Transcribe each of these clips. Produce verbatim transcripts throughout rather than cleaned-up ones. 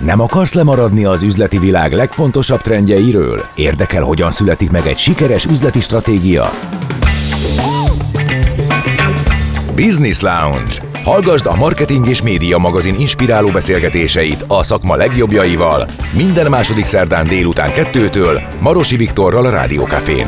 Nem akarsz lemaradni az üzleti világ legfontosabb trendjeiről? Érdekel, hogyan születik meg egy sikeres üzleti stratégia? Business Lounge. Hallgasd a Marketing és Média magazin inspiráló beszélgetéseit a szakma legjobbjaival minden második szerdán délután kettőtől Marosi Viktorral a Rádió Cafén.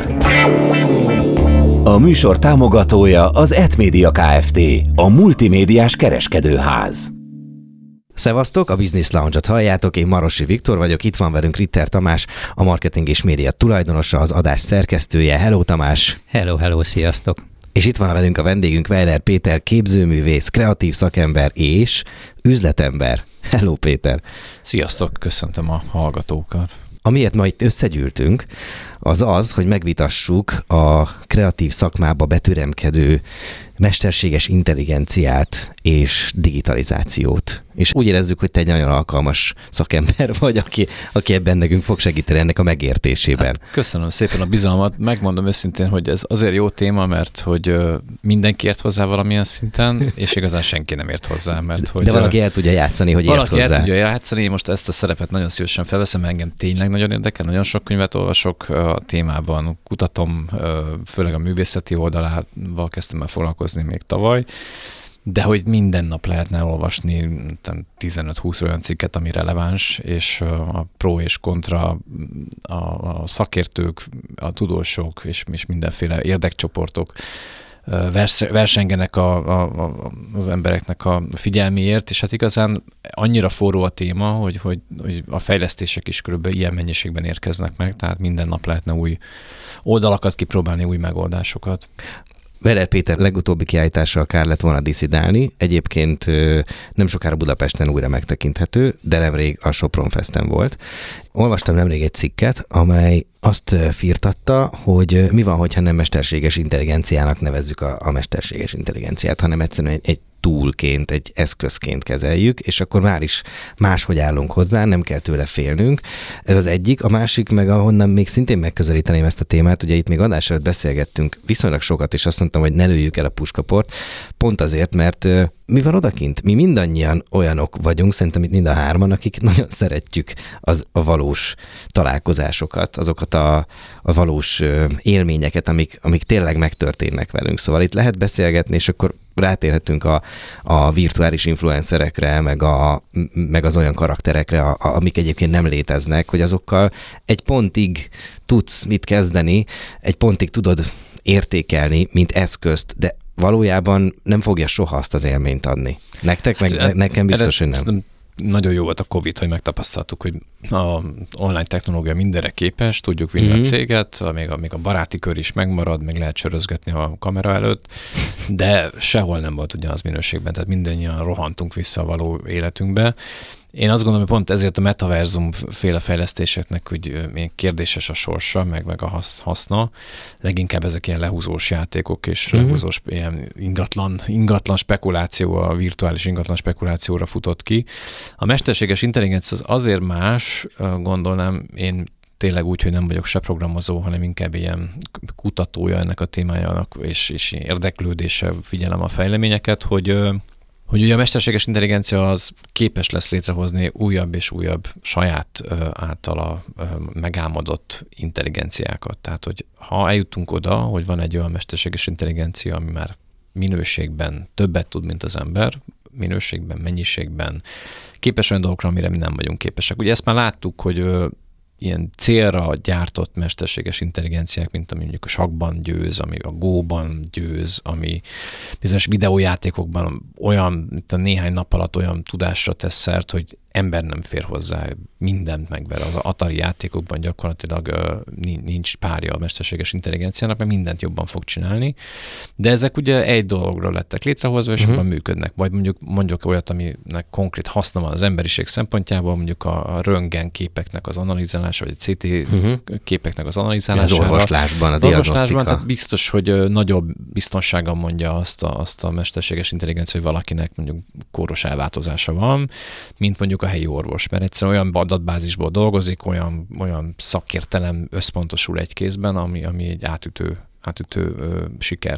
A műsor támogatója az Etmedia Kft., a multimédiás kereskedőház. Szevasztok, a Business Lounge-ot halljátok, én Marosi Viktor vagyok, itt van velünk Ritter Tamás, a Marketing és Média tulajdonosa, az adás szerkesztője. Hello Tamás! Hello, hello, sziasztok! És itt van velünk a vendégünk, Weiler Péter, képzőművész, kreatív szakember és üzletember. Hello Péter! Sziasztok, köszöntöm a hallgatókat! Amiért ma itt összegyűltünk, az az, hogy megvitassuk a kreatív szakmába betüremkedő mesterséges intelligenciát és digitalizációt. És úgy érezzük, hogy te egy nagyon alkalmas szakember vagy, aki, aki ebben nekünk fog segíteni ennek a megértésében. Hát, köszönöm szépen a bizalmat. Megmondom őszintén, hogy ez azért jó téma, mert hogy mindenki ért hozzá valamilyen szinten, és igazán senki nem ért hozzá. Mert, hogy de valaki el tudja játszani, hogy ért hozzá. Valaki el tudja játszani, én most ezt a szerepet nagyon szívesen felveszem, engem tényleg nagyon érdekel, nagyon sok könyvet olvasok a témában, kutatom, főleg a művészeti oldalával kezdtem el foglalkozni még tavaly, de hogy minden nap lehetne olvasni tizenöt-húsz olyan cikket, ami releváns, és a pro és kontra, a, a szakértők, a tudósok és, és mindenféle érdekcsoportok vers, versengenek a, a, a, az embereknek a figyelméért, és hát igazán annyira forró a téma, hogy, hogy, hogy a fejlesztések is körülbelül ilyen mennyiségben érkeznek meg, tehát minden nap lehetne új oldalakat kipróbálni, új megoldásokat. Weiler Péter legutóbbi kiállítással kár lett volna diszidálni. Egyébként nem sokára Budapesten újra megtekinthető, de nemrég a Sopron Festen volt. Olvastam nemrég egy cikket, amely azt firtatta, hogy mi van, hogyha nem mesterséges intelligenciának nevezzük a, a mesterséges intelligenciát, hanem egyszerűen egy, egy toolként, egy eszközként kezeljük, és akkor már is máshogy állunk hozzá, nem kell tőle félnünk. Ez az egyik. A másik meg, ahonnan még szintén megközelíteném ezt a témát, ugye itt még adás előtt beszélgettünk viszonylag sokat, és azt mondtam, hogy ne lőjük el a puskaport, pont azért, mert mi van odakint? Mi mindannyian olyanok vagyunk, szerintem itt mind a hárman, akik nagyon szeretjük az, a valós találkozásokat, azokat a, a valós élményeket, amik, amik tényleg megtörténnek velünk. Szóval itt lehet beszélgetni, és akkor rátérhetünk a, a virtuális influencerekre, meg, a, meg az olyan karakterekre, a, a, amik egyébként nem léteznek, hogy azokkal egy pontig tudsz mit kezdeni, egy pontig tudod értékelni, mint eszközt, de valójában nem fogja soha azt az élményt adni. Nektek, meg hát, nekem biztos, hogy nem. Nagyon jó volt a Covid, hogy megtapasztaltuk, hogy a online technológia mindenre képes, tudjuk vinni mm-hmm. a céget, még a, még a baráti kör is megmarad, még lehet sörözgetni a kamera előtt, de sehol nem volt ugyanaz minőségben, tehát mindannyian rohantunk vissza a való életünkbe. Én azt gondolom, hogy pont ezért a metaverzum féle fejlesztéseknek úgy még kérdéses a sorsa, meg, meg a haszna. Leginkább ezek ilyen lehúzós játékok és mm-hmm. lehúzós ilyen ingatlan, ingatlan spekuláció, a virtuális ingatlan spekulációra futott ki. A mesterséges intelligencia az azért más, gondolnám én tényleg úgy, hogy nem vagyok se programozó, hanem inkább ilyen kutatója ennek a témájának, és, és érdeklődése figyelem a fejleményeket, hogy hogy ugye a mesterséges intelligencia az képes lesz létrehozni újabb és újabb saját ö, általa ö, megálmodott intelligenciákat. Tehát, hogy ha eljutunk oda, hogy van egy olyan mesterséges intelligencia, ami már minőségben többet tud, mint az ember, minőségben, mennyiségben, képes olyan dolgokra, amire mi nem vagyunk képesek. Ugye ezt már láttuk, hogy ö, ilyen célra gyártott mesterséges intelligenciák, mint ami mondjuk a sakkban győz, ami a Go-ban győz, ami bizonyos videójátékokban olyan, itt a néhány nap alatt olyan tudásra tesz szert, hogy ember nem fér hozzá, mindent megver. Az Atari játékokban gyakorlatilag uh, nincs párja a mesterséges intelligenciának, mert mindent jobban fog csinálni. De ezek ugye egy dologról lettek létrehozva, és uh-huh. abban működnek. Vagy mondjuk mondjuk olyat, aminek konkrét haszna van az emberiség szempontjából, mondjuk a, a röntgen képeknek az analizálása, vagy a cé té uh-huh. képeknek az analizálására. Az orvoslásban, a diagnosztika. Tehát biztos, hogy nagyobb biztonsággal mondja azt a, azt a mesterséges intelligencia, hogy valakinek mondjuk kóros elváltozása van, mint mondjuk a helyi orvos, mert egyszerűen olyan adatbázisból dolgozik, olyan, olyan szakértelem összpontosul egy kézben, ami, ami egy átütő, átütő ö, siker.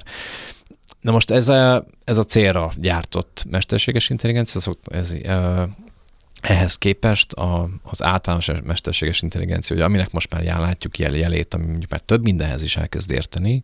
Na most ez a, ez a célra gyártott mesterséges intelligencia, ez, ez, ö, Ehhez képest a, az általános mesterséges intelligencia, ugye, aminek most már látjuk jel, jelét, ami mondjuk már több mindenhez is elkezd érteni,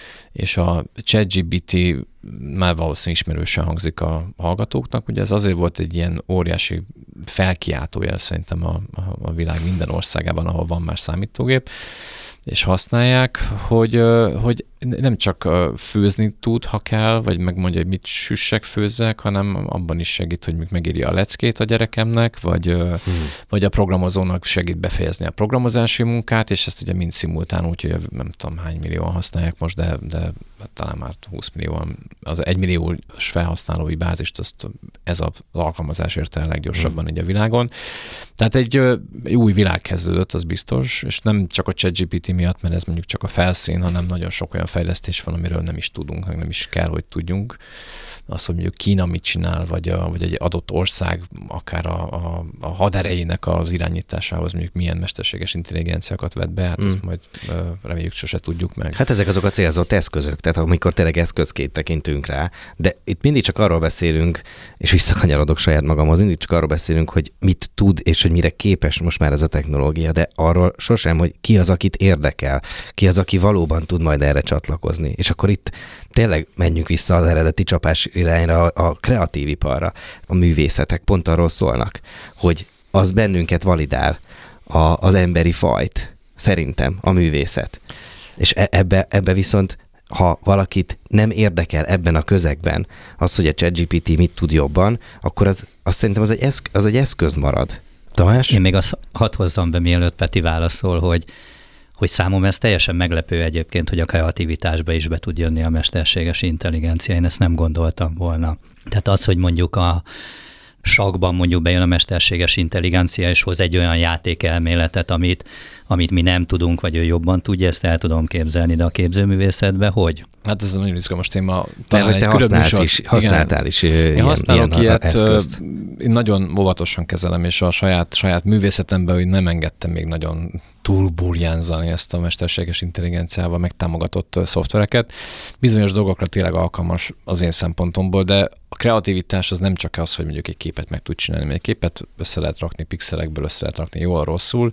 és a ChatGPT már valószínűleg ismerősen hangzik a hallgatóknak. Ugye ez azért volt egy ilyen óriási felkiáltójel szerintem a, a, a világ minden országában, ahol van már számítógép, és használják, hogy, hogy nem csak főzni tud, ha kell, vagy megmondja, hogy mit süssek, főzzek, hanem abban is segít, hogy megírja a leckét a gyerekemnek, vagy, hmm. vagy a programozónak segít befejezni a programozási munkát, és ezt ugye mind szimultán, úgyhogy nem tudom hány millióan használják most, de, de talán már húsz millióan, az egymilliós felhasználói bázist, azt ez az alkalmazás érte el leggyorsabban hmm. így a világon. Tehát egy, egy új világ kezdődött, az biztos, és nem csak a ChatGPT miatt, mert ez mondjuk csak a felszín, hanem nagyon sok olyan fejlesztés van, amiről nem is tudunk, nem is kell, hogy tudjunk. Az, hogy mondjuk Kína mit csinál, vagy, a, vagy egy adott ország akár a, a, a haderejének az irányításához mondjuk milyen mesterséges intelligenciákat vet be, hát mm. ezt majd uh, reméljük sose tudjuk meg. Hát ezek azok a célzott eszközök, tehát amikor tényleg eszközként tekintünk rá, de itt mindig csak arról beszélünk, és visszakanyarodok saját magamhoz, mindig csak arról beszélünk, hogy mit tud, és hogy mire képes most már ez a technológia, de arról sosem, hogy ki az, akit érdekel, ki az, aki valóban tud majd erre csatlakozni. És akkor itt tényleg menjünk vissza az eredeti csapás irányra, a kreatív iparra. A művészetek pont arról szólnak, hogy az bennünket validál, a, az emberi fajt, szerintem a művészet. És ebbe, ebbe viszont, ha valakit nem érdekel ebben a közegben az, hogy a ChatGPT mit tud jobban, akkor az, az szerintem az egy, eszk, az egy eszköz marad. Tamás? Én még azt hadd hozzam be, mielőtt Peti válaszol, hogy hogy számomra ez teljesen meglepő egyébként, hogy a kreativitásba is be tud jönni a mesterséges intelligencia. Én ezt nem gondoltam volna. Tehát az, hogy mondjuk a sakkban mondjuk bejön a mesterséges intelligencia, és hoz egy olyan játékelméletet, amit, amit mi nem tudunk, vagy ő jobban tudja, ezt el tudom képzelni, de a képzőművészetben hogy? Hát ez nagyon izgalmas téma. Mert hogy te használsz is, használtál is én ilyen, használok ilyen ilyet, eszközt. Én nagyon óvatosan kezelem, és a saját, saját művészetemben, hogy nem engedtem még nagyon túlburjánzani ezt a mesterséges intelligenciával megtámogatott szoftvereket. Bizonyos dolgokra tényleg alkalmas az én szempontomból, de a kreativitás az nem csak az, hogy mondjuk egy képet meg tud csinálni, mert egy képet össze lehet rakni, pixelekből össze lehet rakni jól, rosszul.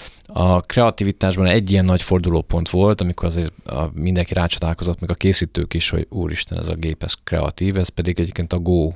A kreativitásban egy ilyen nagy fordulópont volt, amikor azért a, mindenki rácsodálkozott, meg a készítők is, hogy úristen, ez a gép, ez kreatív, ez pedig egyébként a Go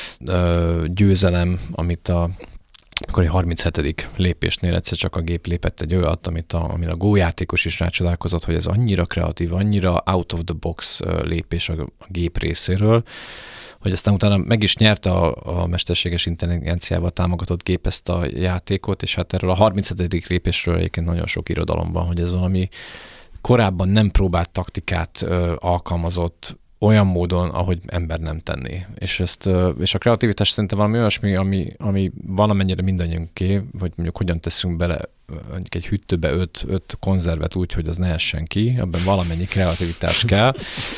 ö, győzelem, amit a akkor egy harminchetedik lépésnél egyszer csak a gép lépett egy olyat, amit a, amire a Go játékos is rácsodálkozott, hogy ez annyira kreatív, annyira out of the box lépés a, a gép részéről, hogy aztán utána meg is nyerte a, a mesterséges intelligenciával támogatott gép ezt a játékot, és hát erről a harminchetedik lépésről egyébként nagyon sok irodalom van, hogy ez valami korábban nem próbált taktikát ö, alkalmazott olyan módon, ahogy ember nem tenné. És, ezt, és a kreativitás szerintem valami olyasmi, ami, ami valamennyire mindannyiunké, hogy mondjuk hogyan teszünk bele egy hűtőbe öt, öt konzervet úgy, hogy az ne essen ki, abban valamennyi kreativitás kell,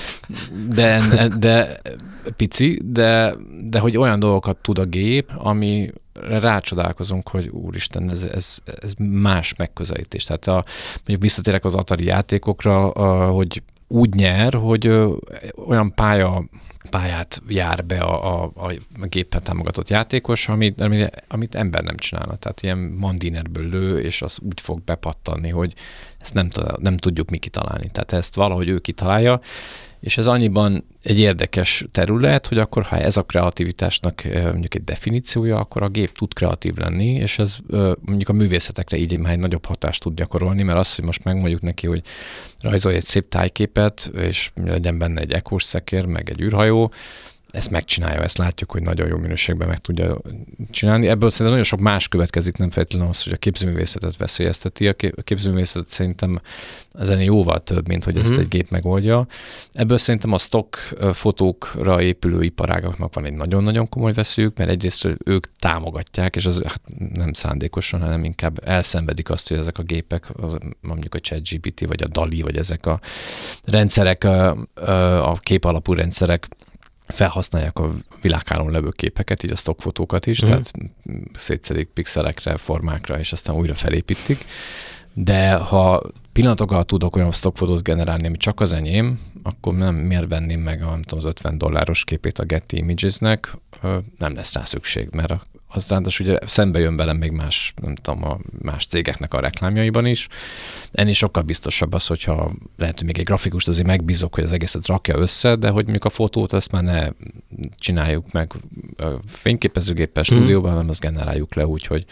de, de pici, de, de hogy olyan dolgokat tud a gép, ami rácsodálkozunk, hogy úristen, ez, ez, ez más megközelítés. Tehát a, mondjuk visszatérek az Atari játékokra, a, hogy úgy nyer, hogy ö, olyan pálya, pályát jár be a, a, a géppel támogatott játékos, amit, amit ember nem csinálna. Tehát ilyen mandinerből lő, és az úgy fog bepattanni, hogy ezt nem, nem tudjuk mi kitalálni. Tehát ezt valahogy ő kitalálja, és ez annyiban egy érdekes terület, hogy akkor, ha ez a kreativitásnak mondjuk egy definíciója, akkor a gép tud kreatív lenni, és ez mondjuk a művészetekre így már egy nagyobb hatást tud gyakorolni, mert az, hogy most megmondjuk neki, hogy rajzolj egy szép tájképet, és legyen benne egy ekós szekér, meg egy űrhajó, ezt megcsinálja, ezt látjuk, hogy nagyon jó minőségben meg tudja csinálni. Ebből szerintem nagyon sok más következik, nem feltétlenül az, hogy a képzőművészetet veszélyezteti. A képzőművészet szerintem ezen jóval több, mint hogy ezt mm. egy gép megoldja. Ebből szerintem a stock fotókra épülő iparágaknak van egy nagyon-nagyon komoly veszélyük, mert egyrészt ők támogatják, és az hát nem szándékosan, hanem inkább elszenvedik azt, hogy ezek a gépek, az, mondjuk a ChatGPT, vagy a DALL-E, vagy ezek a rendszerek, a, a képalapú rendszerek felhasználják a világhálón levő képeket, így a stockfotókat is, mm. tehát szétszedik pixelekre, formákra, és aztán újra felépítik. De ha pillanatok alatt tudok olyan stockfotót generálni, ami csak az enyém, akkor nem miért venném meg a, nem tudom, az ötven dolláros képét a Getty Imagesnek, nem lesz rá szükség, mert a, az ráadásul ugye szembe jön velem még más, nem tudom, a más cégeknek a reklámjaiban is. Ennél sokkal biztosabb az, hogyha lehet, hogy még egy grafikust azért megbízok, hogy az egészet rakja össze, de hogy mondjuk a fotót azt már ne csináljuk meg fényképezőgéppel, stúdióban, hanem azt generáljuk le úgy, hogy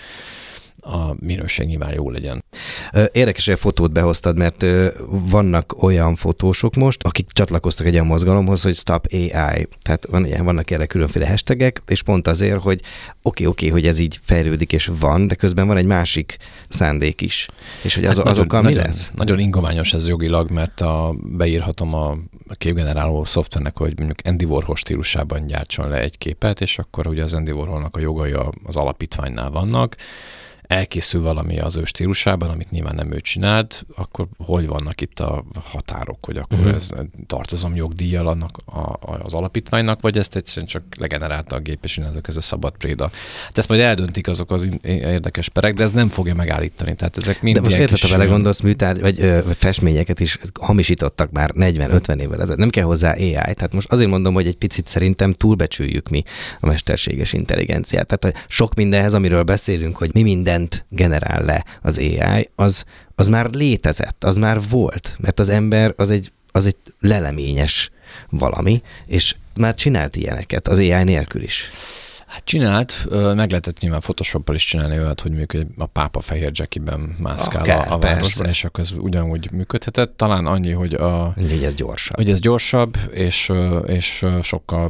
a minőség nyilván jó legyen. Érdekes, hogy a fotót behoztad, mert vannak olyan fotósok most, akik csatlakoztak egy olyan mozgalomhoz, hogy Stop á i. Tehát van, vannak erre különféle hashtagek, és pont azért, hogy oké, okay, oké, okay, hogy ez így fejlődik és van, de közben van egy másik szándék is. És hogy az, hát azokkal nagyon, mi nagyon, lesz? Nagyon ingományos ez jogilag, mert a, beírhatom a képgeneráló szoftvernek, hogy mondjuk Andy Warhol stílusában gyártson le egy képet, és akkor ugye az Andy Warholnak a jogai az alapítványnál vannak, elkészül valami az ő stílusában, amit nyilván nem ő csinált, akkor hogy vannak itt a határok, hogy akkor uh-huh. ez tartozom jogdíjjal annak a, az alapítványnak, vagy ezt egyszerűen csak legenerálta a gép, és innentől ez a szabad préda. Hát ezt majd eldöntik azok az érdekes perek, de ez nem fogja megállítani. Tehát ezek mind de most érted, ha vele gondolsz, műtár, vagy ö, festményeket is hamisítottak már negyven-ötven évvel ezelőtt. Nem kell hozzá á i. Tehát most azért mondom, hogy egy picit szerintem túlbecsüljük mi a mesterséges intelligenciát. Tehát sok mindenhez, amiről beszélünk, hogy mi minden generál le az á i, az, az már létezett, az már volt, mert az ember az egy, az egy leleményes valami, és már csinált ilyeneket az á i nélkül is. Hát csinált, meg lehetett nyilván Photoshoppal is csinálni olyat, hogy mondjuk a pápa fehér jackiben mászkál Akár, a, a városban, és akkor ez ugyanúgy működhetett. Talán annyi, hogy, a, hogy ez gyorsabb. Hogy ez gyorsabb, és, és sokkal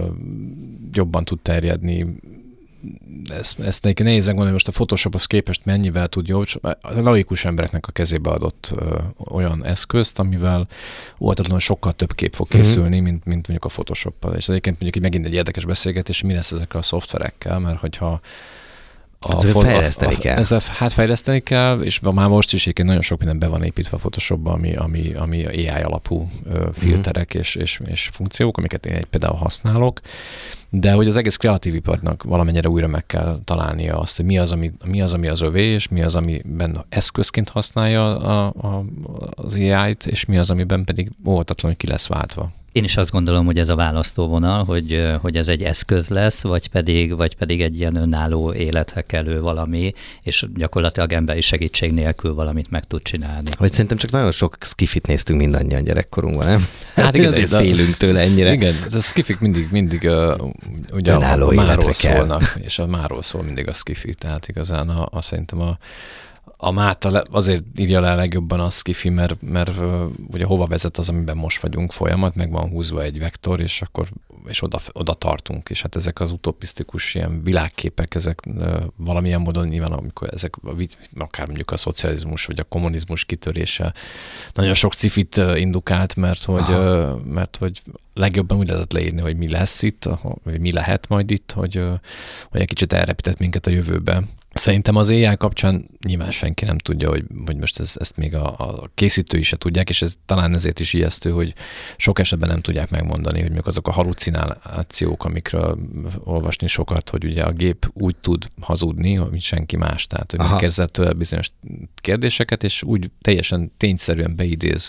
jobban tud terjedni. Ezt, ezt nehéz megmondani, hogy most a Photoshophoz képest mennyivel tud jobb. A laikus embereknek a kezébe adott ö, olyan eszközt, amivel óvatatlanul sokkal több kép fog készülni, mm-hmm. mint, mint mondjuk a Photoshoppal. És egyébként mondjuk megint egy érdekes beszélgetés, mi lesz ezekkel a szoftverekkel, mert hogyha A, hát for, fejleszteni a, a, kell. Ezzel, hát fejleszteni kell, és már most is egyébként nagyon sok minden be van építve a Photoshopban, ami, ami, ami á i alapú ö, filterek mm-hmm. és, és, és funkciók, amiket én például használok. De hogy az egész kreatív iparnak valamennyire újra meg kell találnia azt, hogy mi az, ami, mi az, ami az övé, és mi az, amiben eszközként használja a, a, az á i-t, és mi az, amiben pedig óvatatlanul ki lesz váltva. Én is azt gondolom, hogy ez a választóvonal, hogy, hogy ez egy eszköz lesz, vagy pedig, vagy pedig egy ilyen önálló élethekelő valami, és gyakorlatilag emberi segítség nélkül valamit meg tud csinálni. Vagy szerintem csak nagyon sok skifit néztünk mindannyian gyerekkorunkban, nem? Hát igen, azért félünk tőle ennyire. Igen, a skifik mindig, mindig uh, ugye önálló a, a máról szólnak, és a máról szól mindig a skifi, tehát igazán a, a szerintem a A Máta azért írja le a legjobban a skifi, mert, mert ugye hova vezet az, amiben most vagyunk folyamat, meg van húzva egy vektor, és akkor és oda, oda tartunk. És hát ezek az utopisztikus ilyen világképek, ezek valamilyen módon nyilván, amikor ezek akár mondjuk a szocializmus vagy a kommunizmus kitörése nagyon sok scifit indukált, mert hogy, mert hogy legjobban úgy lehetett leírni, hogy mi lesz itt, vagy mi lehet majd itt, hogy, hogy egy kicsit elrepített minket a jövőbe. Szerintem az á i kapcsán nyilván senki nem tudja, hogy, hogy most ez, ezt még a, a készítői se tudják, és ez talán ezért is ijesztő, hogy sok esetben nem tudják megmondani, hogy még azok a halucinációk, amikről olvasni sokat, hogy ugye a gép úgy tud hazudni, mint senki más. Tehát, hogy megkérdezett tőle bizonyos kérdéseket, és úgy teljesen tényszerűen beidéz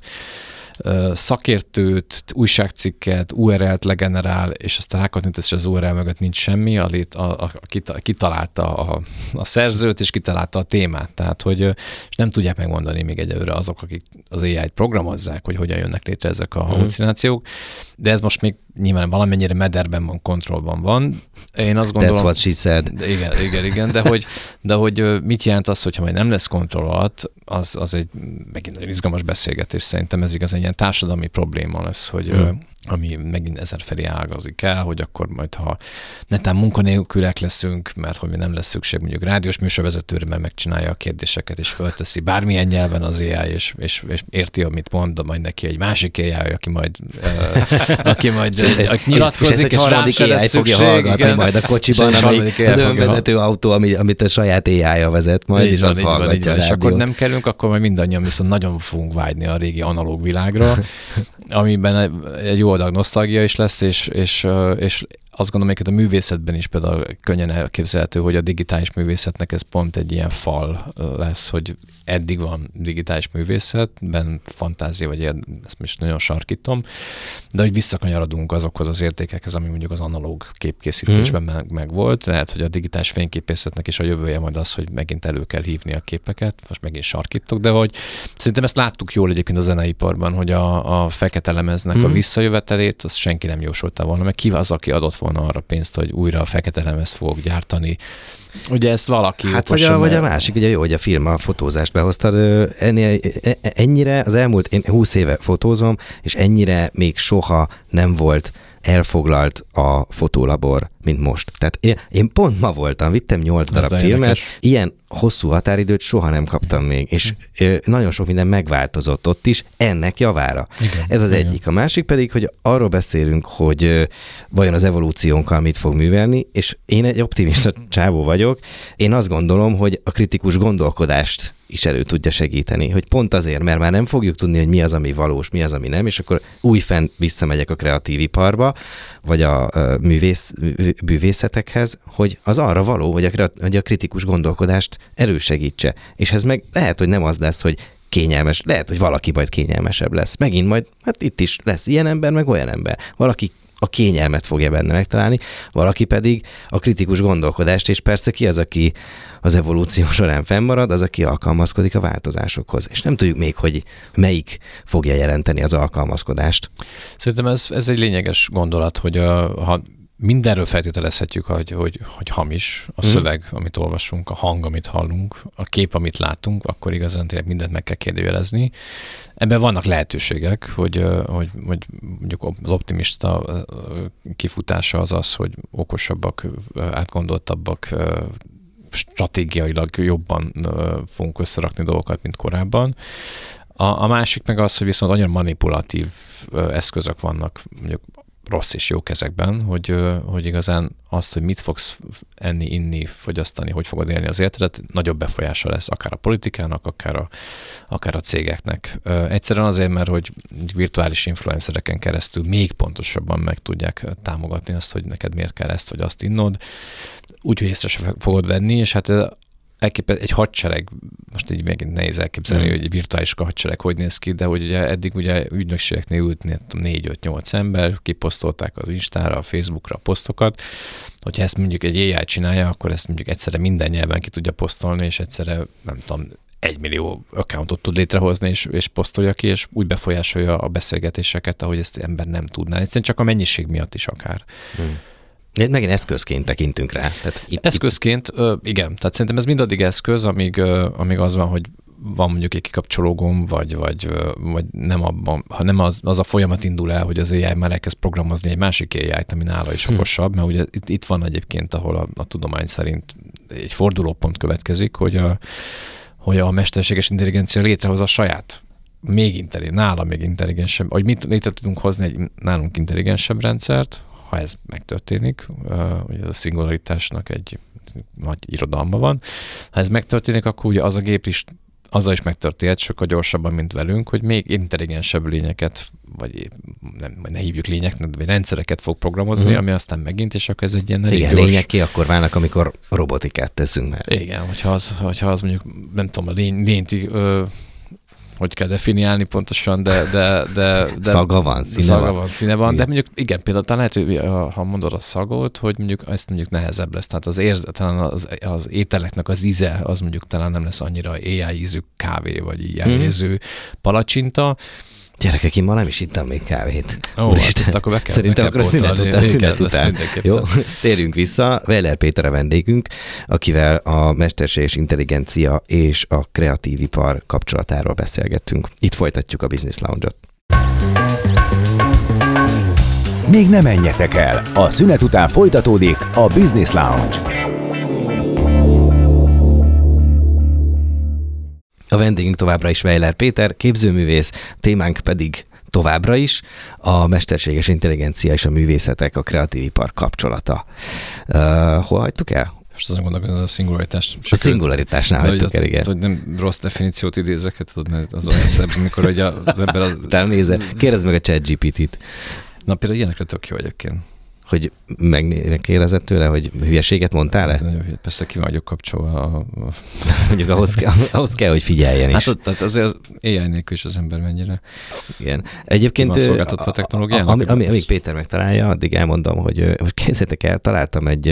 szakértőt, újságcikket, u er el-t legenerál, és aztán rákattint, és az u er el mögött nincs semmi, a, lét, a, a, a, kitalálta a, a szerzőt, és kitalálta a témát. Tehát, hogy és nem tudják megmondani még egyelőre azok, akik az á i-t programozzák, hogy hogyan jönnek létre ezek a halucinációk, de ez most még nyilván valamennyire mederben van, kontrollban van. Én azt gondolom... That's what she said. De igen, igen, igen, de hogy, de hogy mit jelent az, hogyha majd nem lesz kontroll alatt, az, az egy megint nagyon izgalmas beszélgetés. Szerintem ez igaz egy ilyen társadalmi probléma lesz, hogy hmm. ami megint ezerfelé ágazik el, hogy akkor majd, ha netán munkanélkülek leszünk, mert hogy nem lesz szükség mondjuk rádiós műsorvezetőre, mert megcsinálja a kérdéseket, és fölteszi bármilyen nyelven az á i, és, és, és érti, amit mond, majd neki egy másik á i, aki majd, uh, aki majd és, nyilatkozik, és, és, és egy harmadik á i fogja hallgatni igen. majd a kocsiban, amelyik az önvezető autó, ami, amit a saját á i-ja vezet majd, így és van, az hallgatja van, a és akkor nem kellünk, akkor majd mindannyian viszont nagyon fogunk vágyni a régi analóg világra, amiben egy jó adag nosztalgia is lesz, és, és, és azt gondolom, hogy a művészetben is például könnyen elképzelhető, hogy a digitális művészetnek ez pont egy ilyen fal lesz, hogy eddig van digitális művészetben fantázia, vagy ér, ezt most nagyon sarkítom, de hogy visszakanyarodunk azokhoz az értékekhez, ami mondjuk az analóg képkészítésben hmm. meg, meg volt. Lehet, hogy a digitális fényképészetnek is a jövője majd az, hogy megint elő kell hívni a képeket, most megint sarkítok, de hogy szerintem ezt láttuk jól egyébként a zeneiparban, hogy a, a fekete lemeznek hmm. a visszajövetelét, azt senki nem jósolta volna, meg ki az, aki adott volna arra pénzt, hogy újra a fekete lemezt fogok gyártani. Ugye ezt valaki... Hát vagy a, vagy a másik, ugye jó, hogy a film a fotózást behoztad. Ennél, ennyire az elmúlt, én húsz éve fotózom, és ennyire még soha nem volt elfoglalt a fotólabor, mint most. Tehát én, én pont ma voltam, vittem nyolc darab filmet, érdekes. Ilyen hosszú határidőt soha nem kaptam még, és ö, nagyon sok minden megváltozott ott is, ennek javára. Igen, Ez az igen. egyik. A másik pedig, hogy arról beszélünk, hogy ö, vajon az evolúciónkkal mit fog művelni, és én egy optimista csávó vagyok. Én azt gondolom, hogy a kritikus gondolkodást is elő tudja segíteni, hogy pont azért, mert már nem fogjuk tudni, hogy mi az, ami valós, mi az, ami nem, és akkor újfent visszamegyek a kreatív iparba, vagy a művész, művészetekhez, hogy az arra való, hogy a, hogy a kritikus gondolkodást elősegítse. És ez meg lehet, hogy nem az lesz, hogy kényelmes, lehet, hogy valaki majd kényelmesebb lesz. Megint majd, hát itt is lesz ilyen ember, meg olyan ember. Valaki a kényelmet fogja benne megtalálni, valaki pedig a kritikus gondolkodást, és persze ki az, aki az evolúció során fennmarad, az, aki alkalmazkodik a változásokhoz. És nem tudjuk még, hogy melyik fogja jelenteni az alkalmazkodást. Szerintem ez, ez egy lényeges gondolat, hogy a, ha mindenről feltételezhetjük, hogy, hogy, hogy hamis a szöveg, hmm. amit olvasunk, a hang, amit hallunk, a kép, amit látunk, akkor igazán tényleg mindent meg kell kérdőjelezni. Ebben vannak lehetőségek, hogy, hogy, hogy mondjuk az optimista kifutása az az, hogy okosabbak, átgondoltabbak, stratégiailag jobban fogunk összerakni dolgokat, mint korábban. A, a másik meg az, hogy viszont annyira manipulatív eszközök vannak, mondjuk rossz és jó kezekben, hogy, hogy igazán azt, hogy mit fogsz enni, inni, fogyasztani, hogy fogod élni az életedet, nagyobb befolyása lesz akár a politikának, akár a, akár a cégeknek. Egyszerűen azért, mert hogy virtuális influencereken keresztül még pontosabban meg tudják támogatni azt, hogy neked miért kell ezt vagy azt innod, úgyhogy észre sem fogod venni, és hát elképzel, egy hadsereg, most így megint nehéz elképzelni, mm. hogy egy virtuális hadsereg hogy néz ki, de hogy ugye eddig ugye ügynökségeknél ült négy öt nyolc ember, kiposztolták az Instára, a Facebookra a posztokat. Hogyha ezt mondjuk egy á i csinálja, akkor ezt mondjuk egyszerre minden nyelven ki tudja posztolni, és egyszerre, nem tudom, egy millió accountot tud létrehozni, és, és posztolja ki, és úgy befolyásolja a beszélgetéseket, ahogy ezt ember nem tudná. Egyszerűen csak a mennyiség miatt is akár. Mm. Megint eszközként tekintünk rá. Tehát itt, eszközként, itt... Ö, igen. Tehát szerintem ez mindaddig eszköz, amíg, ö, amíg az van, hogy van mondjuk egy kikapcsológom, vagy, vagy, ö, vagy nem, abban, ha nem az, az a folyamat indul el, hogy az á i már elkezd programozni egy másik á i-t, ami nála is okosabb, mert ugye itt, itt van egyébként, ahol a, a tudomány szerint egy fordulópont következik, hogy a, hogy a mesterséges intelligencia létrehoz a saját még intelligensebb, nála még intelligensebb, hogy mit létre tudunk hozni egy nálunk intelligensebb rendszert, ha ez megtörténik, hogy ez a szingularitásnak egy nagy irodalma van. Ha ez megtörténik, akkor ugye az a gép is, azzal is megtörténhet sokkal gyorsabban, mint velünk, hogy még intelligensebb lényeket, vagy nem, ne hívjuk lényeknek, vagy rendszereket fog programozni, mm. ami aztán megint, és akkor ez egy ilyen elég igen, gyors... lények ki akkor válnak, amikor robotikát teszünk már. Igen, hogyha az, hogyha az mondjuk, nem tudom, a lény, lényt ö, hogy kell definiálni pontosan, de... de, de, de szaga van, színe szaga van. van, színe van, de mondjuk igen, például talán lehet, hogy ha mondod a szagot, hogy mondjuk ezt mondjuk nehezebb lesz, tehát az érzet, talán az, az ételeknek az íze, az mondjuk talán nem lesz annyira á i ízű kávé, vagy á i ízű palacsinta. Gyerekek, én ma nem is ittam még kávét. Ó, hát ezt akkor be kell, Szerintem be kell akkor szünet után, szünet után. Jó, térjünk vissza. Weiler Péter a vendégünk, akivel a mesterséges intelligencia és a kreatív ipar kapcsolatáról beszélgettünk. Itt folytatjuk a Business Lounge-ot. Még ne menjetek el! A szünet után folytatódik a Business Lounge. A vendégünk továbbra is Weiler Péter, képzőművész, témánk pedig továbbra is a mesterséges intelligencia és a művészetek, a kreatív ipar kapcsolata. Uh, hol hagytuk el? Most azon gondolom, hogy a szingularitás. A szingularitásnál hagytuk el, igen. Hogy nem rossz definíciót idézek, tudod, mert az olyan szebb, amikor hogy a, ebben a... Utána nézze, kérdezd meg a ChatGPT-t. Na például ilyenekre tök jó egyébként. hogy megkérdezett tőle, hogy hülyeséget mondtál-e? Persze ki vagyok kapcsolva. Mondjuk ahhoz kell, ahhoz kell, hogy figyeljen is. Hát ott, tehát azért az á i nélkül is az ember mennyire igen. Egyébként szolgáltatva a technológiának. Ami, ami, amíg Péter megtalálja, addig elmondom, hogy, hogy képzeljétek el, találtam egy,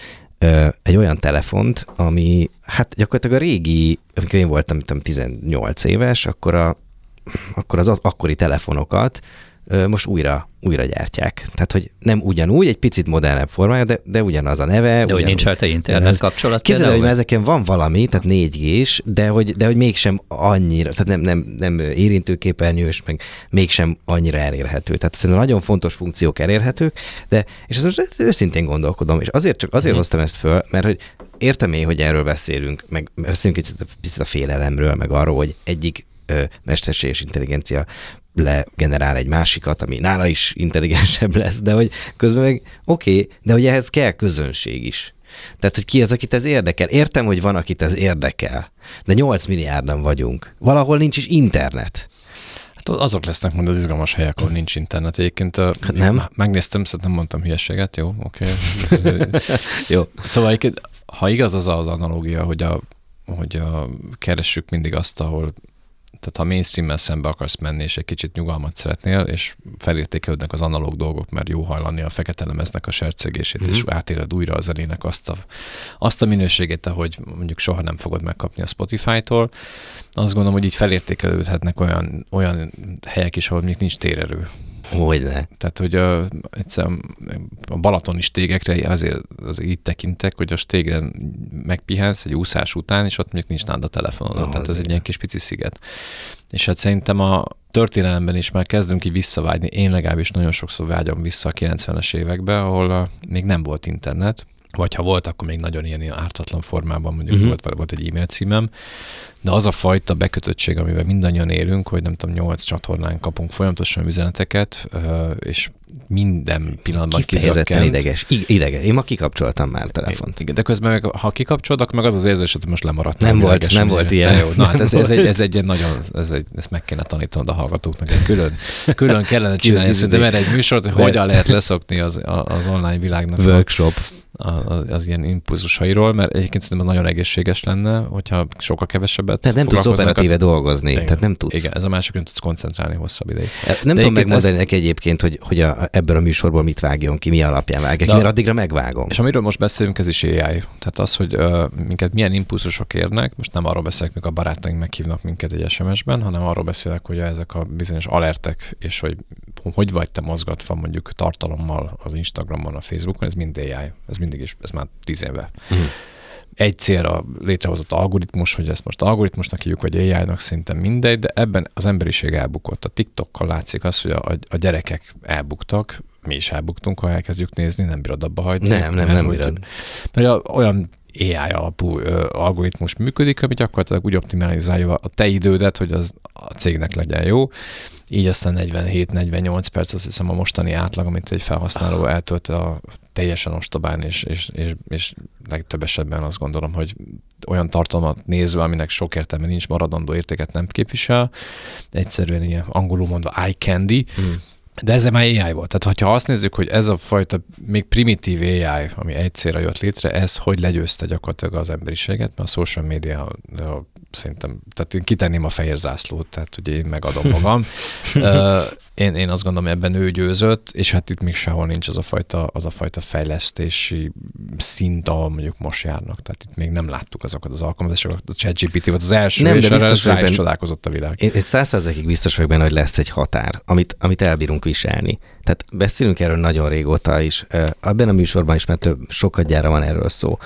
egy olyan telefont, ami hát gyakorlatilag a régi, amikor én voltam tudom, tizennyolc éves, akkor, a, akkor az akkori telefonokat most újra, újra gyártják. Tehát, hogy nem ugyanúgy, egy picit modernebb formája, de, de ugyanaz a neve. De hogy nincs rajta internet kapcsolat? Képzeld, hogy már ezeken van valami, tehát négy gés, de hogy, de hogy mégsem annyira, tehát nem, nem, nem érintőképernyős, meg mégsem annyira elérhető. Tehát szerintem nagyon fontos funkciók elérhetők, de, és ezt most őszintén gondolkodom, és azért csak azért hmm. hoztam ezt föl, mert hogy értem én, hogy erről beszélünk, meg beszélünk egy picit a félelemről, meg arról, hogy egyik ö, mesterséges intelligencia legenerál egy másikat, ami nála is intelligensebb lesz, de hogy közben meg oké, okay, de hogy ehhez kell közönség is. Tehát, hogy ki az, akit ez érdekel. Értem, hogy van, akit ez érdekel, de nyolc milliárdan vagyunk. Valahol nincs is internet. Hát azok lesznek majd az izgalmas helyek, ahol nincs internet. Egyébként hát nem. Megnéztem, szóval nem mondtam hülyeséget, jó, oké. Okay. Jó. Szóval ha igaz az az analógia, hogy, a, hogy a, keressük mindig azt, ahol tehát ha mainstream-mel szembe akarsz menni, és egy kicsit nyugalmat szeretnél, és felértékelődnek az analóg dolgok, mert jó hallani a fekete lemeznek a sercegését, mm-hmm. és átéled újra a zenének azt a, azt a minőségét, ahogy mondjuk soha nem fogod megkapni a Spotify-tól. Azt gondolom, hogy így felértékelődhetnek olyan, olyan helyek is, ahol még nincs térerő. Hogyne. Tehát, hogy a, egyszerűen a balatoni stégekre azért, azért így tekintek, hogy a stégre megpihensz egy úszás után, és ott mondjuk nincs nálad a telefonod. No, tehát ez egy ilyen kis pici sziget. És hát szerintem a történelemben is már kezdünk így visszavágyni. Én legalábbis nagyon sokszor vágyom vissza a kilencvenes évekbe, ahol a, még nem volt internet, vagy ha volt, akkor még nagyon ilyen, ilyen ártatlan formában, mondjuk uh-huh. volt, volt egy e-mail címem, de az a fajta bekötöttség, amivel mindannyian élünk, hogy nem tudom, nyolc csatornán kapunk folyamatosan üzeneteket, és minden pillanatban kifejezetten ideges. ideges. Én ma kikapcsoltam már a telefont. Igen, de közben meg, ha kikapcsolod, akkor meg az az érzés, hogy most lemaradt. Nem volt, nem volt ilyen. Jó, na, hát ez, ez, egy, ez egy nagyon, ez egy, ezt meg kéne tanítanod a hallgatóknak. Egy külön, külön kellene csinálni, szerintem erre egy műsort, hogy hogyan lehet leszokni az, az online világnak. Workshop. Az, az ilyen impulzusairól, mert egyébként szerintem nagyon egészséges lenne, hogyha sokkal kevesebbet Tehát nem tudsz operatíve a... dolgozni, igen, tehát nem tudsz. Igen, ez a másik, nem tudsz koncentrálni hosszabb ideig. Nem De tudom megmondani ez... neki egyébként, hogy, hogy a, ebből a műsorból mit vágjon ki, mi alapján vágja ki, mert addigra megvágom. És amiről most beszélünk, ez is á i. Tehát az, hogy uh, minket milyen impulzusok érnek, most nem arról beszélek, mikor a barátaink meghívnak minket egy es em es-ben, hanem arról beszélek, hogy ezek a bizonyos alertek, és hogy hogy vagy te mozgatva mondjuk tartalommal az Instagramon, a Facebookon, ez mind á i. Ez mindig is, ez már tíz éve. Uh-huh. Egy célra létrehozott algoritmus, hogy ezt most algoritmusnak hívjuk, vagy á i-nak, szerintem mindegy, de ebben az emberiség elbukott. A TikTokkal látszik az, hogy a, a gyerekek elbuktak, mi is elbuktunk, ha elkezdjük nézni, nem bírod abba hagyni. Nem, nem, nem bírod. Mert a, olyan á i alapú ö, algoritmus működik, ami gyakorlatilag úgy optimalizálja a te idődet, hogy az a cégnek legyen jó. Így aztán negyvenhét-negyvennyolc perc, azt hiszem a mostani átlag, amit egy felhasználó eltölt a teljesen ostobán, és, és, és, és legtöbb esetben azt gondolom, hogy olyan tartalmat nézve, aminek sok értelme nincs, maradandó értéket nem képvisel. Egyszerűen ilyen angolul mondva eye candy, mm. De ez már á i volt. Tehát ha azt nézzük, hogy ez a fajta még primitív á i, ami egy célra jött létre, ez hogy legyőzte gyakorlatilag az emberiséget, mert a social media szerintem, tehát én kitenném a fehér zászlót, tehát ugye én megadom magam. uh, én, én azt gondolom, ebben ő győzött, és hát itt még sehol nincs az a fajta, az a fajta fejlesztési szint, ahol mondjuk most járnak. Tehát itt még nem láttuk azokat az alkalmazásokat. A ChatGPT volt az első, nem, és arra rá is csodálkozott a világ. Én száz százalékig biztos vagyok benne, hogy lesz egy határ, amit, amit elbírunk viselni. Tehát beszélünk erről nagyon régóta is. Abban a műsorban is, mert sokat gyára van erről szó.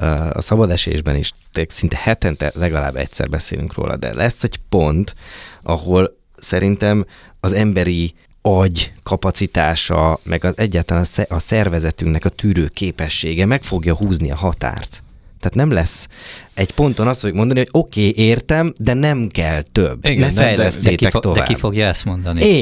A szabad esésben is szinte hetente legalább egyszer beszélünk róla, de lesz egy pont, ahol szerintem az emberi agy kapacitása, meg az egyáltalán a szervezetünknek a tűrő képessége meg fogja húzni a határt. Tehát nem lesz egy ponton azt fogjuk mondani, hogy oké, okay, értem, de nem kell több. Igen, ne fejlesztétek de, de, ki fo- tovább. De ki fogja ezt mondani? Én.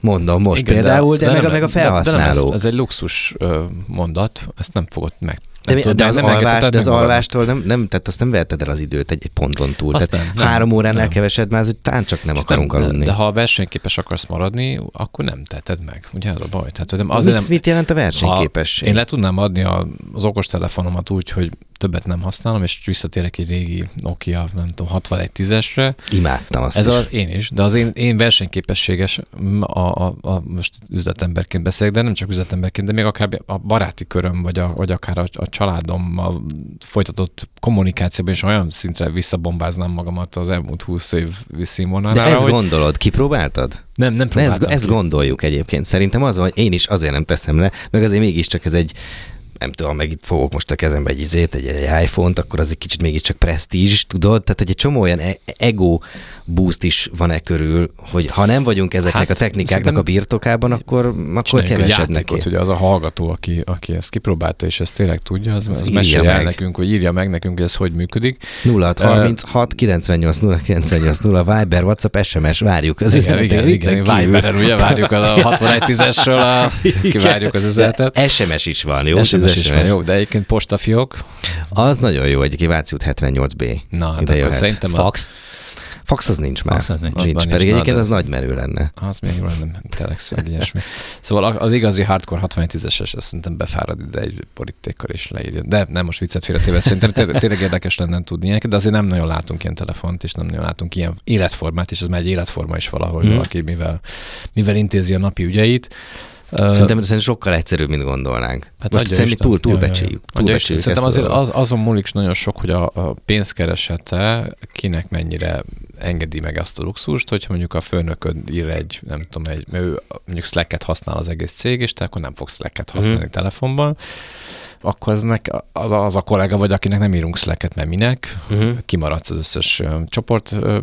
mondom most igen, például, de, de, de meg, nem, meg a felhasználó. De, de nem, ez, ez egy luxus uh, mondat, ezt nem fogod meg. De, tudod, de, az, nem alvás, de az alvástól nem, nem, tehát azt nem veheted el az időt egy, egy ponton túl. Azt tehát nem, három nem, óránál nem. kevesed, már tán csak nem és akarunk nem, aludni. De ha versenyképes akarsz maradni, akkor nem teheted meg. Ugye ez a baj. Tehát, azért mit, nem, mit jelent a versenyképesség? Én le tudnám adni a, az okostelefonomat úgy, hogy többet nem használom, és visszatérek egy régi Nokia, nem tudom, hatvanegy tízesre. Imádtam azt Ez is. Az, én is, de az én, én versenyképességes, a, a, a, most üzletemberként beszélek, de nem csak üzletemberként, de még akár a baráti köröm, vagy, a, vagy akár a, a családommal folytatott kommunikációban is olyan szintre visszabombáznám magamat az elmúlt húsz év színvonalára. De ezt hogy... gondolod, kipróbáltad? Nem, nem próbáltam ezt, ezt gondoljuk egyébként. Szerintem az, hogy én is azért nem teszem le, meg azért mégiscsak ez egy, nem tudom, meg itt fogok most a kezembe egy izét, egy, egy iPhone-t, akkor az egy kicsit mégiscsak presztízs, tudod? Tehát, hogy egy csomó olyan ego boost is van e körül, hogy ha nem vagyunk ezeknek hát, a technikáknak a birtokában, akkor, akkor kevesednek. Ugye az a hallgató, aki, aki ezt kipróbálta, és ezt tényleg tudja, az, az, az mesélje el nekünk, vagy írja meg nekünk, hogy ez hogy működik. nulla hat harminchat kilencvennyolc nulla kilencvennyolc nulla Viber, WhatsApp, es em es, várjuk az igen, igen, igen, Viberen ugye várjuk a hatvanegy tízesről, a, kivárjuk az üzenetet. es em es is van, jó? es em es is van, jó, de egyébként postafiók. Az nagyon jó, egyébként Váci út hetvennyolc B. Na, hát akkor szerintem fax. Fax az nincs már. Fax az nincs. nincs. nincs. Pedig egyébként az nagy menő lenne. Az még jó lenne, telex, vagy ilyesmi. Szóval az igazi hardcore hatvanegy tízes, azt szerintem befárad ide egy borítékkal is leírja. De nem, most viccet félretéve, szerintem tényleg érdekes lenne tudni ilyeneket, de azért nem nagyon látunk ilyen telefont, és nem nagyon látunk ilyen életformát, és ez már egy életforma is valahol, hmm. valaki mivel, mivel intézi a napi ügyeit. Szerintem, szerintem sokkal egyszerűbb, mint gondolnánk. Hát most szerintem túl, túlbecsüljük. Túl szerintem azért az, azon múlik nagyon sok, hogy a, a pénzkeresete kinek mennyire engedi meg azt a luxust, hogyha mondjuk a főnököd ír egy, nem tudom, egy, mert ő mondjuk Slack-et használ az egész cég, és te akkor nem fogsz Slack-et használni mm. telefonban, akkor az, nek, az, a, az a kollega vagy, akinek nem írunk Slack-et, mert minek, uh-huh. kimaradsz az összes uh, csoport uh,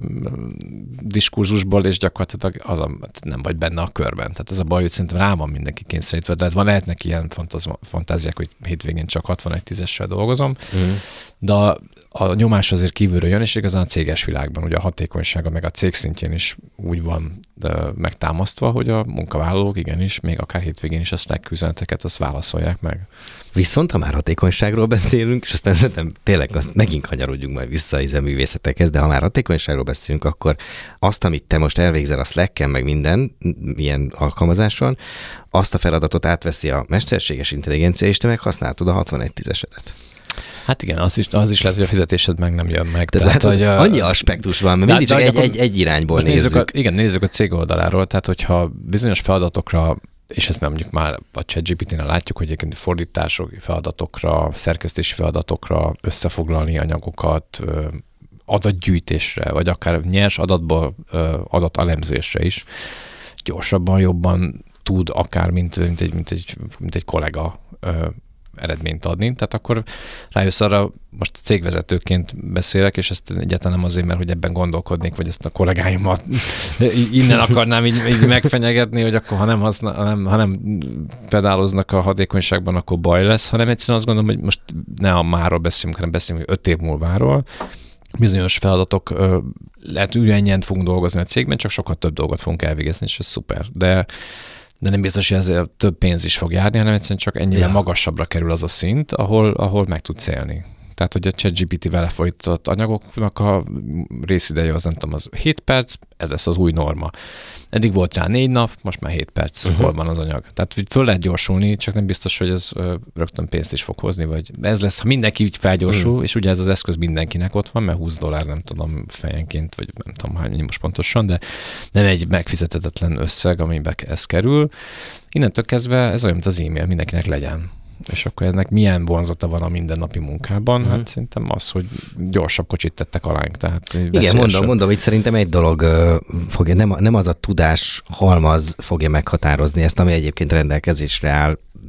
diskurzusból, és gyakorlatilag az a, nem vagy benne a körben. Tehát ez a baj, hogy szerintem rá van mindenki kényszerítve, de van, lehetnek ilyen fantaz, fantáziák, hogy hétvégén csak hatvanegy tízessel dolgozom, uh-huh. de a, a nyomás azért kívülről jön, és igazán a céges világban, ugye a hatékonysága meg a cég szintjén is úgy van de megtámasztva, hogy a munkavállalók igenis, még akár hétvégén is a Slack üzeneteket azt válaszolják meg. Viszont ha már hatékonyságról beszélünk, és aztán szerintem tényleg azt megint kanyarodjunk majd vissza a művészetekhez, de ha már hatékonyságról beszélünk, akkor azt, amit te most elvégzel a Slacken, meg minden ilyen alkalmazáson, azt a feladatot átveszi a mesterséges intelligencia, és te meg használtad a hatvanegy tízesedet. Hát igen, az is, az is lehet, hogy a fizetésed meg nem jön meg. Tehát, tehát hogy a... annyi aspektus van, mert mindig csak egy, egy, egy irányból nézzük. nézzük a, igen, nézzük a cég oldaláról, tehát hogyha bizonyos feladatokra, és ezt már mondjuk már a ChatGPT-nél látjuk, hogy egyébként fordítások feladatokra, szerkesztési feladatokra, összefoglalni anyagokat, adatgyűjtésre, vagy akár nyers adatból adatelemzésre is gyorsabban, jobban tud akár, mint, mint, egy, mint, egy, mint egy kollega eredményt adni. Tehát akkor rájössz arra, most cégvezetőként beszélek, és ezt egyáltalán nem azért, mert hogy ebben gondolkodnék, vagy ezt a kollégáimat innen akarnám így, így megfenyegetni, hogy akkor ha nem, használ, ha nem, ha nem pedáloznak a hatékonyságban, akkor baj lesz, hanem egyszerűen azt gondolom, hogy most ne a máról beszélünk, hanem beszélünk, hogy öt év múlváról. Bizonyos feladatok lehet ürjennyien fogunk dolgozni a cégben, csak sokkal több dolgot fogunk elvégezni, és ez szuper. De de nem biztos, hogy ezért több pénz is fog járni, hanem egyszerűen csak ennyivel ja. magasabbra kerül az a szint, ahol, ahol meg tudsz élni. Tehát, hogy a ChatGPT-vel lefolytatott anyagoknak a részideje az, nem tudom, az hét perc, ez lesz az új norma. Eddig volt rá négy nap, most már hét perc, uh-huh. hol van az anyag. Tehát, hogy föl lehet gyorsulni, csak nem biztos, hogy ez ö, rögtön pénzt is fog hozni, vagy ez lesz, ha mindenki így felgyorsul, uh-huh. és ugye ez az eszköz mindenkinek ott van, mert húsz dollár, nem tudom, fejenként, vagy nem tudom hány most pontosan, de nem egy megfizethetetlen összeg, amiben ez kerül. Innentől kezdve ez olyan, mint az e-mail, mindenkinek legyen. És akkor ennek milyen vonzata van a mindennapi munkában? Mm-hmm. Hát szerintem az, hogy gyorsabb kocsit tettek alánk. Tehát igen, mondom, mondom, hogy szerintem egy dolog uh, fogja, nem, nem az a tudás halmaz fogja meghatározni ezt, ami egyébként rendelkezésre áll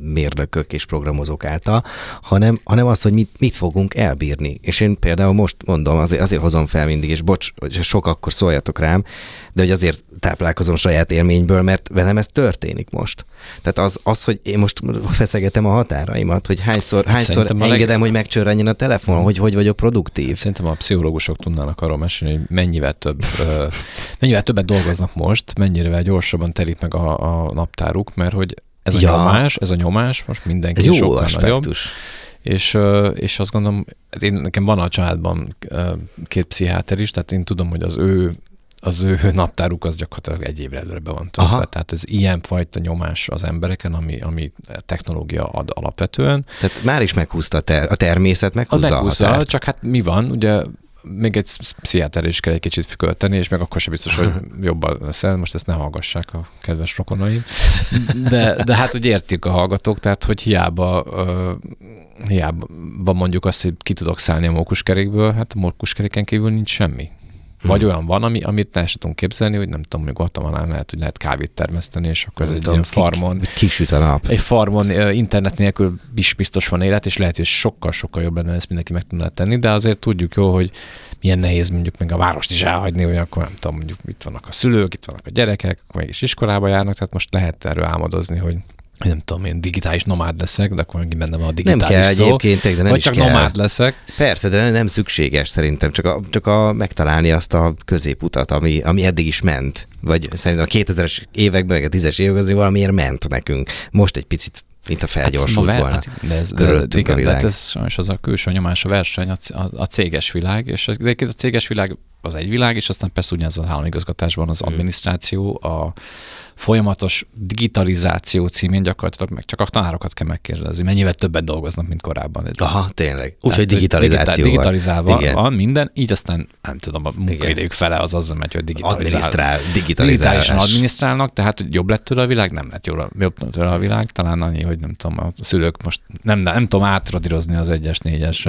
mérnökök és programozók által, hanem, hanem az, hogy mit, mit fogunk elbírni. És én például most mondom, azért, azért hozom fel mindig, és bocs, hogy sok akkor szóljatok rám, de hogy azért táplálkozom saját élményből, mert velem ez történik most. Tehát az, az hogy én most feszegetem a határaimat, hogy hányszor, hányszor engedem, leg... hogy megcsörrenjen a telefon, hmm. hogy hogy vagyok produktív. Szerintem a pszichológusok tudnának arról mesélni, hogy mennyivel több, mennyivel többet dolgoznak most, mennyire gyorsabban telik meg a, a naptáruk, mert hogy ez a ja. nyomás, ez a nyomás most mindenki jó sokkal aspektus. Nagyobb. És, és azt gondolom, én, nekem van a családban két pszichiáter is, tehát én tudom, hogy az ő az ő naptáruk az gyakorlatilag egy évre előre be van töltve. Tehát ez ilyenfajta nyomás az embereken, ami, ami technológia ad alapvetően. Tehát már is meghúzta a, ter- a természet, meghúzza a, meghúzza, a határt. Csak hát mi van, ugye még egy pszichiáter is kell egy kicsit fükölteni, és meg akkor sem biztos, hogy jobban leszel. Most ezt ne hallgassák a kedves rokonaim. De, de hát, hogy értik a hallgatók, tehát, hogy hiába, uh, hiába mondjuk azt, hogy ki tudok szállni a mókuskerékből, hát a mókuskeréken kívül nincs semmi. Vagy olyan van, ami, amit el sem tudunk képzelni, hogy nem tudom, hogy Guatemalán lehet, hogy lehet kávét termeszteni, és akkor ez egy tudom, ilyen farmon. Kisüt a nap. Egy farmon internet nélkül is biztos van élet, és lehet, hogy sokkal-sokkal jobb lenne, ezt mindenki meg tudná tenni, de azért tudjuk jó, hogy milyen nehéz mondjuk meg a várost is elhagyni, hogy akkor nem tudom, mondjuk itt vannak a szülők, itt vannak a gyerekek, akkor mégis iskolába járnak, tehát most lehet erről álmodozni, hogy nem tudom, én digitális nomád leszek, de akkor megint benne van a digitális nem kell szó. Egyébként, de nem vagy is csak kell. nomád leszek. Persze, de nem szükséges szerintem, csak a, csak a megtalálni azt a középutat, ami, ami eddig is ment. Vagy szerintem a kétezres években, vagy a tízes években valamiért ment nekünk. Most egy picit mint a felgyorsult hát, volna. Hát, de ez, de, de, igen, de ez sajnos az a külső nyomás, a verseny, a, a, a céges világ, és a céges világ az egy világ, és aztán persze ugyanaz az államigazgatásban az adminisztráció, a folyamatos digitalizáció címén gyakorlatilag meg csak a tanárokat kell megkérdezni, mennyivel többet dolgoznak, mint korábban. Aha, tényleg. Úgyhogy digitalizáció digitalizálva van, van minden, így aztán nem tudom, a munkaidejük fele az azzal megy, hogy digitalizál. Adminisztrál, digitalizálás. Digitálisan adminisztrálnak, tehát jobb lett tőle a világ, nem lett jobb, jobb tőle a világ, talán annyi, hogy nem tudom, a szülők most nem, nem, nem tudom átradírozni az egyes, négyes.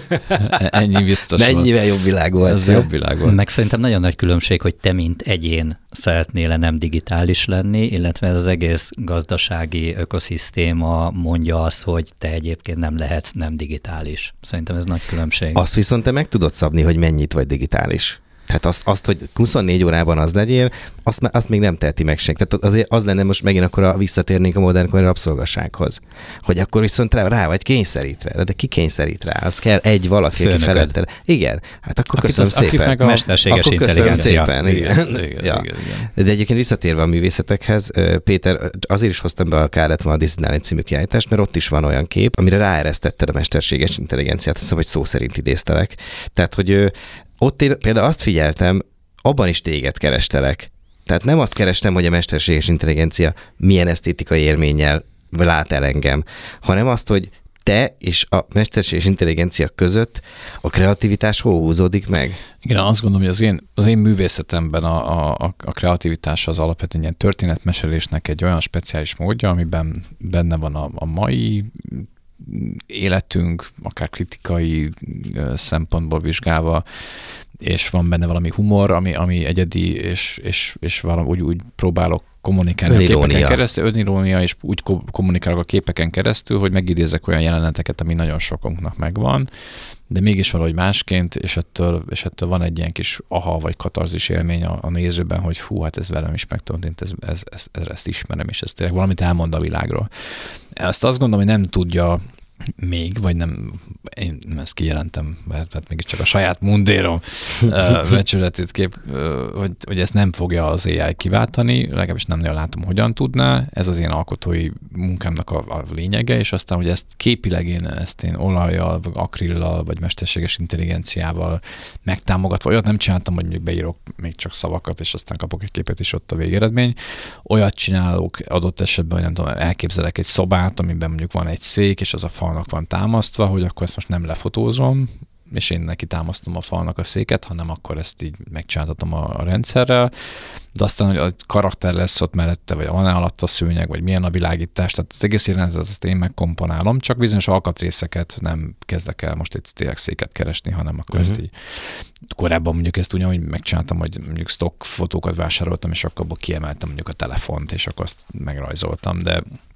Ennyi biztos. Mennyivel jobb világ volt. Ez jobb világ volt. Meg szerintem nagyon nagy különbség, hogy te, mint egyén szeretnél nem digitális lenni, illetve ez az egész gazdasági ökoszisztéma mondja azt, hogy te egyébként nem lehetsz nem digitális. Szerintem ez nagy különbség. Azt viszont te meg tudod szabni, hogy mennyit vagy digitális. Tehát azt, azt, hogy huszonnégy órában az legyél, azt, azt még nem teheti meg senki. Tehát azért az lenne most megint akkor a, visszatérnénk a modernkori rabszolgasághoz. Hogy akkor viszont rá, rá vagy kényszerítve. De ki kényszerít rá? Az kell egy valaki, aki felettel. Igen. Hát akkor akit köszönöm az, szépen. Meg a mesterséges akkor köszönöm szépen. Igen. Igen, igen, ja. igen, igen. De egyébként visszatérve a művészetekhez, Péter, azért is hoztam be a Kellett volna diszidálni című kiállítást, mert ott is van olyan kép, amire ráeresztetted a mesterséges intelligenciát, azt hiszem, hogy szó szerint idéztelek. Tehát, hogy ott én például azt figyeltem, abban is téged kerestelek. Tehát nem azt kerestem, hogy a mesterséges intelligencia milyen esztétikai élménnyel lát el engem, hanem azt, hogy te és a mesterséges intelligencia között a kreativitás hol húzódik meg? Igen, azt gondolom, hogy az én, az én művészetemben a, a, a kreativitás az alapvetően ilyen történetmesélésnek egy olyan speciális módja, amiben benne van a, a mai életünk, akár kritikai szempontból vizsgálva, és van benne valami humor, ami, ami egyedi, és, és, és valahogy úgy, úgy próbálok kommunikálni önirónia. A képeken keresztül, önirónia, és úgy kommunikálok a képeken keresztül, hogy megidézek olyan jeleneteket, ami nagyon sokunknak megvan, de mégis valahogy másként, és ettől, és ettől van egy ilyen kis aha vagy katarzis élmény a, a nézőben, hogy fú, hát ez velem is megtörtént, ez, ez, ez, ez, ezt ismerem, és ez tényleg valamit elmond a világról. Ezt azt gondolom, hogy nem tudja még, vagy nem, én ezt kijelentem, mert, mert mégiscsak a saját mundérom becsületét kép, hogy, hogy ezt nem fogja az á i kiváltani, legalábbis nem nagyon látom, hogyan tudná. Ez az én alkotói munkámnak a, a lényege, és aztán, hogy ezt képileg én, ezt én olajjal, vagy akrillal, vagy mesterséges intelligenciával megtámogatva, olyat nem csináltam, hogy mondjuk beírok még csak szavakat, és aztán kapok egy képet, és ott a végeredmény. Olyat csinálok adott esetben, hogy nem tudom, elképzelek egy szobát, amiben mondjuk van egy szék, és az a falnak van támasztva, hogy akkor ezt most nem lefotózom, és én neki támasztom a falnak a széket, hanem akkor ezt így megcsináltatom a, a rendszerrel. De aztán, hogy a karakter lesz ott mellette, vagy van-e alatt a szőnyeg, vagy milyen a világítás, tehát az egész jelenetet azt én megkomponálom, csak bizonyos alkatrészeket nem kezdek el most egy tényleg széket keresni, hanem akkor uh-huh. ezt így korábban mondjuk ezt ugyanúgy megcsináltam, hogy mondjuk stock fotókat vásároltam, és akkor abból kiemeltem mondjuk a telefont, és akkor azt megrajzoltam, de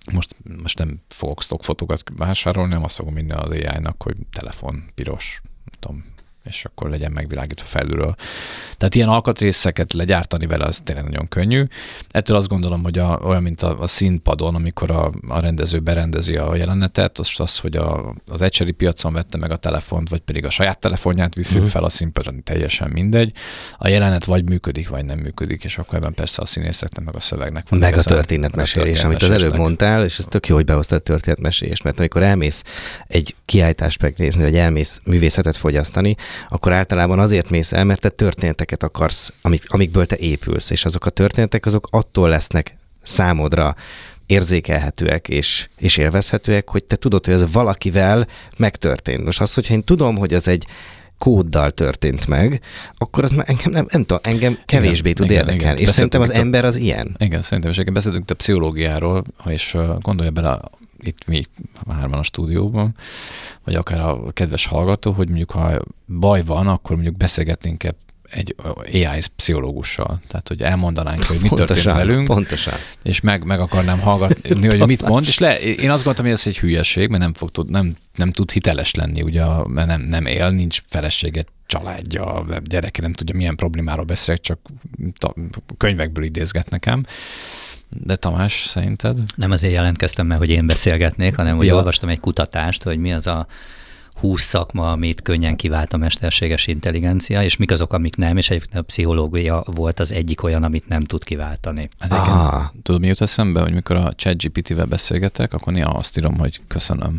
most, most nem fogok stockfotókat vásárolni, nem azt fogom minden az á í-nak, hogy telefon, piros, nem tudom, és akkor legyen megvilágítva felülről. Tehát ilyen alkatrészeket legyártani vele, az tényleg nagyon könnyű. Ettől azt gondolom, hogy a, olyan, mint a, a színpadon, amikor a, a rendező berendezi a jelenetet, az, az hogy a, az egyszeri piacon vette meg a telefont, vagy pedig a saját telefonját viszi uh-huh. fel a színpadon, teljesen mindegy. A jelenet vagy működik, vagy nem működik, és akkor ebben persze a színészeknek, meg a szövegnek van. Meg a történetmesélés, amit az előbb mondtál, és ez tök jó, hogy behoztad a történetmesélést, mert amikor elmész egy kiállítást megnézni, vagy elmész művészetet fogyasztani, akkor általában azért mész el, mert te történeteket akarsz, amik, amikből te épülsz, és azok a történetek azok attól lesznek számodra érzékelhetőek és, és élvezhetőek, hogy te tudod, hogy ez valakivel megtörtént. Most az, hogyha én tudom, hogy az egy kóddal történt meg, akkor az már engem, nem, nem tudom, engem kevésbé igen, tud igen, érdekelni. Igen. És szerintem az ember az ilyen. Igen, szerintem, és beszéltünk a pszichológiáról, és gondolja bele itt mi hárman a stúdióban, vagy akár a kedves hallgató, hogy mondjuk ha baj van, akkor mondjuk beszélgetnénk egy á í pszichológussal. Tehát, hogy elmondanánk, hogy mi pontosan, történt velünk, pontosan. És meg, meg akarnám hallgatni, hogy mit mond. És le, én azt gondoltam, hogy ez egy hülyeség, mert nem, fog tud, nem, nem tud hiteles lenni, ugye, mert nem, nem él, nincs felesége, családja, gyereke, nem tudja, milyen problémáról beszél, csak könyvekből idézget nekem. De Tamás, szerinted? Nem azért jelentkeztem, mert hogy én beszélgetnék, hanem hogy ja. olvastam egy kutatást, hogy mi az a húsz szakma, amit könnyen kivált a mesterséges intelligencia, és mik azok, amik nem, és egyébként a pszichológia volt az egyik olyan, amit nem tud kiváltani. Hát ah. Tudod, mi jut eszembe, hogy mikor a ChatGPT-vel beszélgetek, akkor néha azt írom, hogy köszönöm.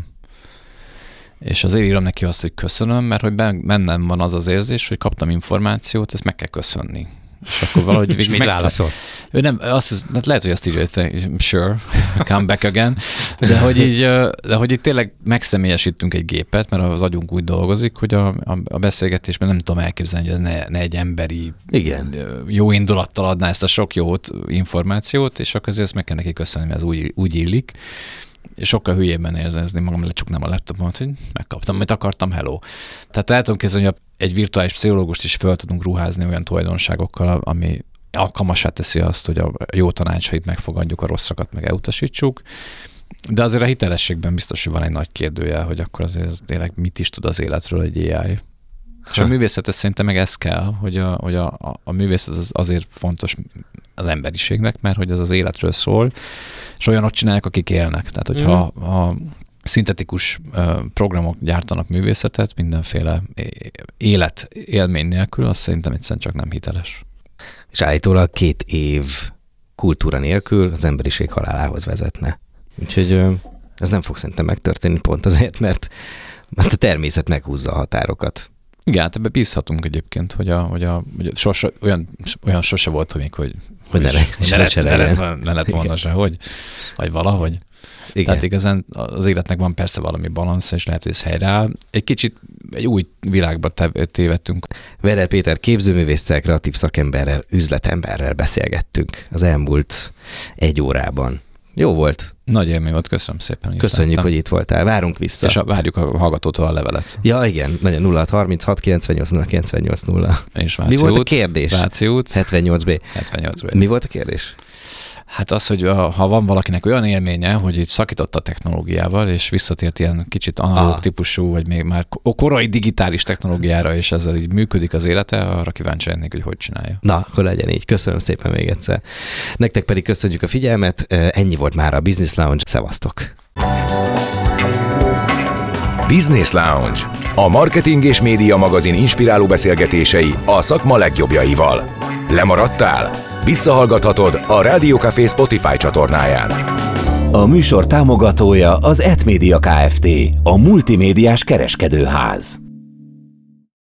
És azért írom neki azt, hogy köszönöm, mert hogy bennem van az az érzés, hogy kaptam információt, ezt meg kell köszönni. És akkor valahogy... és mit válaszol? Ő nem, azt, hát lehet, hogy azt írja, hogy sure, come back again, de hogy így, de hogy így tényleg megszemélyesítünk egy gépet, mert az agyunk úgy dolgozik, hogy a, a, a beszélgetésben nem tudom elképzelni, hogy ez ne, ne egy emberi igen. jó indulattal adná ezt a sok jót, információt, és akkor azért ezt meg kell neki köszönni, mert ez úgy, úgy illik. És sokkal hülyében érzezni magam, lecsuknám a laptopot, hogy megkaptam, amit akartam, hello. Tehát el tudom képzelni, hogy egy virtuális pszichológust is fel tudunk ruházni olyan tulajdonságokkal, ami alkalmassá teszi azt, hogy a jó tanácsait megfogadjuk, a rosszakat meg elutasítsuk. De azért a hitelességben biztos, hogy van egy nagy kérdőjel, hogy akkor azért tényleg mit is tud az életről egy á í. És a művészet szerintem meg ez kell, hogy a, hogy a, a, a művészet az azért fontos az emberiségnek, mert hogy ez az életről szól, és olyanok csinálják, akik élnek. Tehát, hogyha mm. ha szintetikus programok gyártanak művészetet, mindenféle élet élmény nélkül, az szerintem egyszerűen csak nem hiteles. És állítólag két év kultúra nélkül az emberiség halálához vezetne. Úgyhogy ez nem fog szerintem megtörténni pont azért, mert, mert a természet meghúzza a határokat. Igen, hát ebbe bízhatunk egyébként, hogy, a, hogy, a, hogy a sose, olyan, olyan sose volt, hogy még, hogy, hogy ne, is, ne, lett, ne, lett, ne lett volna se, hogy, vagy valahogy. Igen. Tehát igazán az életnek van persze valami balansz, és lehet, hogy ez helyreáll. Egy kicsit egy új világba tévedtünk. Werer Péter képzőművésszel, kreatív szakemberrel, üzletemberrel beszélgettünk az elmúlt egy órában. Jó volt. Nagy élmény volt, köszönöm szépen. Köszönjük, láttam. Hogy itt voltál. Várunk vissza. És a, várjuk a hallgatótól a levelet. Ja, igen. Nagyon nulla hat harminchat kilencvennyolc nulla kilencvennyolc nulla. És Váci Mi volt út, a kérdés? Váci út. hetvennyolc B. hetvennyolc B. Mi volt a kérdés? Hát az, hogy ha van valakinek olyan élménye, hogy itt szakított a technológiával, és visszatért ilyen kicsit analóg ah. típusú, vagy még már korai digitális technológiára, és ezzel így működik az élete, arra kíváncsi lennék, hogy hogy csinálja. Na, akkor legyen így. Köszönöm szépen még egyszer. Nektek pedig köszönjük a figyelmet. Ennyi volt már a Business Lounge. Szevasztok! Business Lounge. A marketing és média magazin inspiráló beszélgetései a szakma legjobbjaival. Lemaradtál? Visszahallgathatod a Rádió Café Spotify csatornáján. A műsor támogatója az Etmedia Kft., a multimédiás kereskedőház.